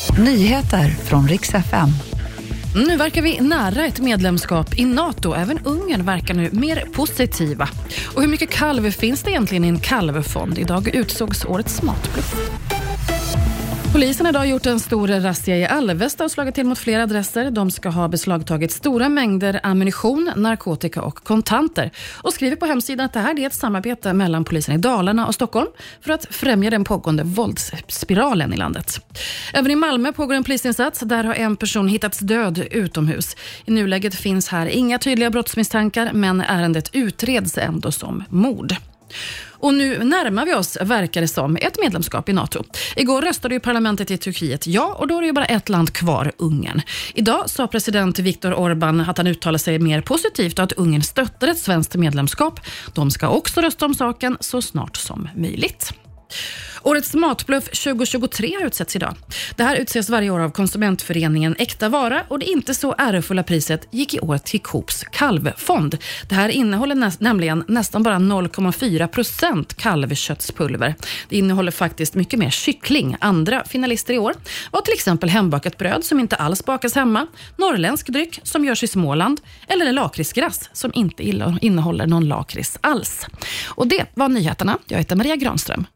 Nyheter från Rix FM. Nu verkar vi nära ett medlemskap i NATO. Även Ungern verkar nu mer positiva. Och hur mycket kalv finns det egentligen i en kalvfond? Idag utsågs årets matbluff. Polisen har idag gjort en stor razzia i Alvesta och slagit till mot flera adresser. De ska ha beslagtagit stora mängder ammunition, narkotika och kontanter. Och skriver på hemsidan att det här är ett samarbete mellan polisen i Dalarna och Stockholm för att främja den pågående våldsspiralen i landet. Även i Malmö pågår en polisinsats. Där har en person hittats död utomhus. I nuläget finns här inga tydliga brottsmisstankar, men ärendet utreds ändå som mord. Och nu närmar vi oss, verkar det som, ett medlemskap i NATO. Igår röstade ju parlamentet i Turkiet ja, och då är det ju bara ett land kvar, Ungern. Idag sa president Viktor Orbán att han uttalar sig mer positivt och att Ungern stöttar ett svenskt medlemskap. De ska också rösta om saken så snart som möjligt. Årets matbluff 2023 har utsetts idag. Det här utses varje år av konsumentföreningen Äkta Vara, och det inte så ärofulla priset gick i år till Coops kalvfond. Det här innehåller nämligen nästan bara 0,4% kalvköttspulver. Det innehåller faktiskt mycket mer kyckling. Andra finalister i år var till exempel hembakat bröd som inte alls bakas hemma, norrländsk dryck som görs i Småland eller lakritsglass som inte innehåller någon lakrits alls. Och det var nyheterna. Jag heter Maria Granström.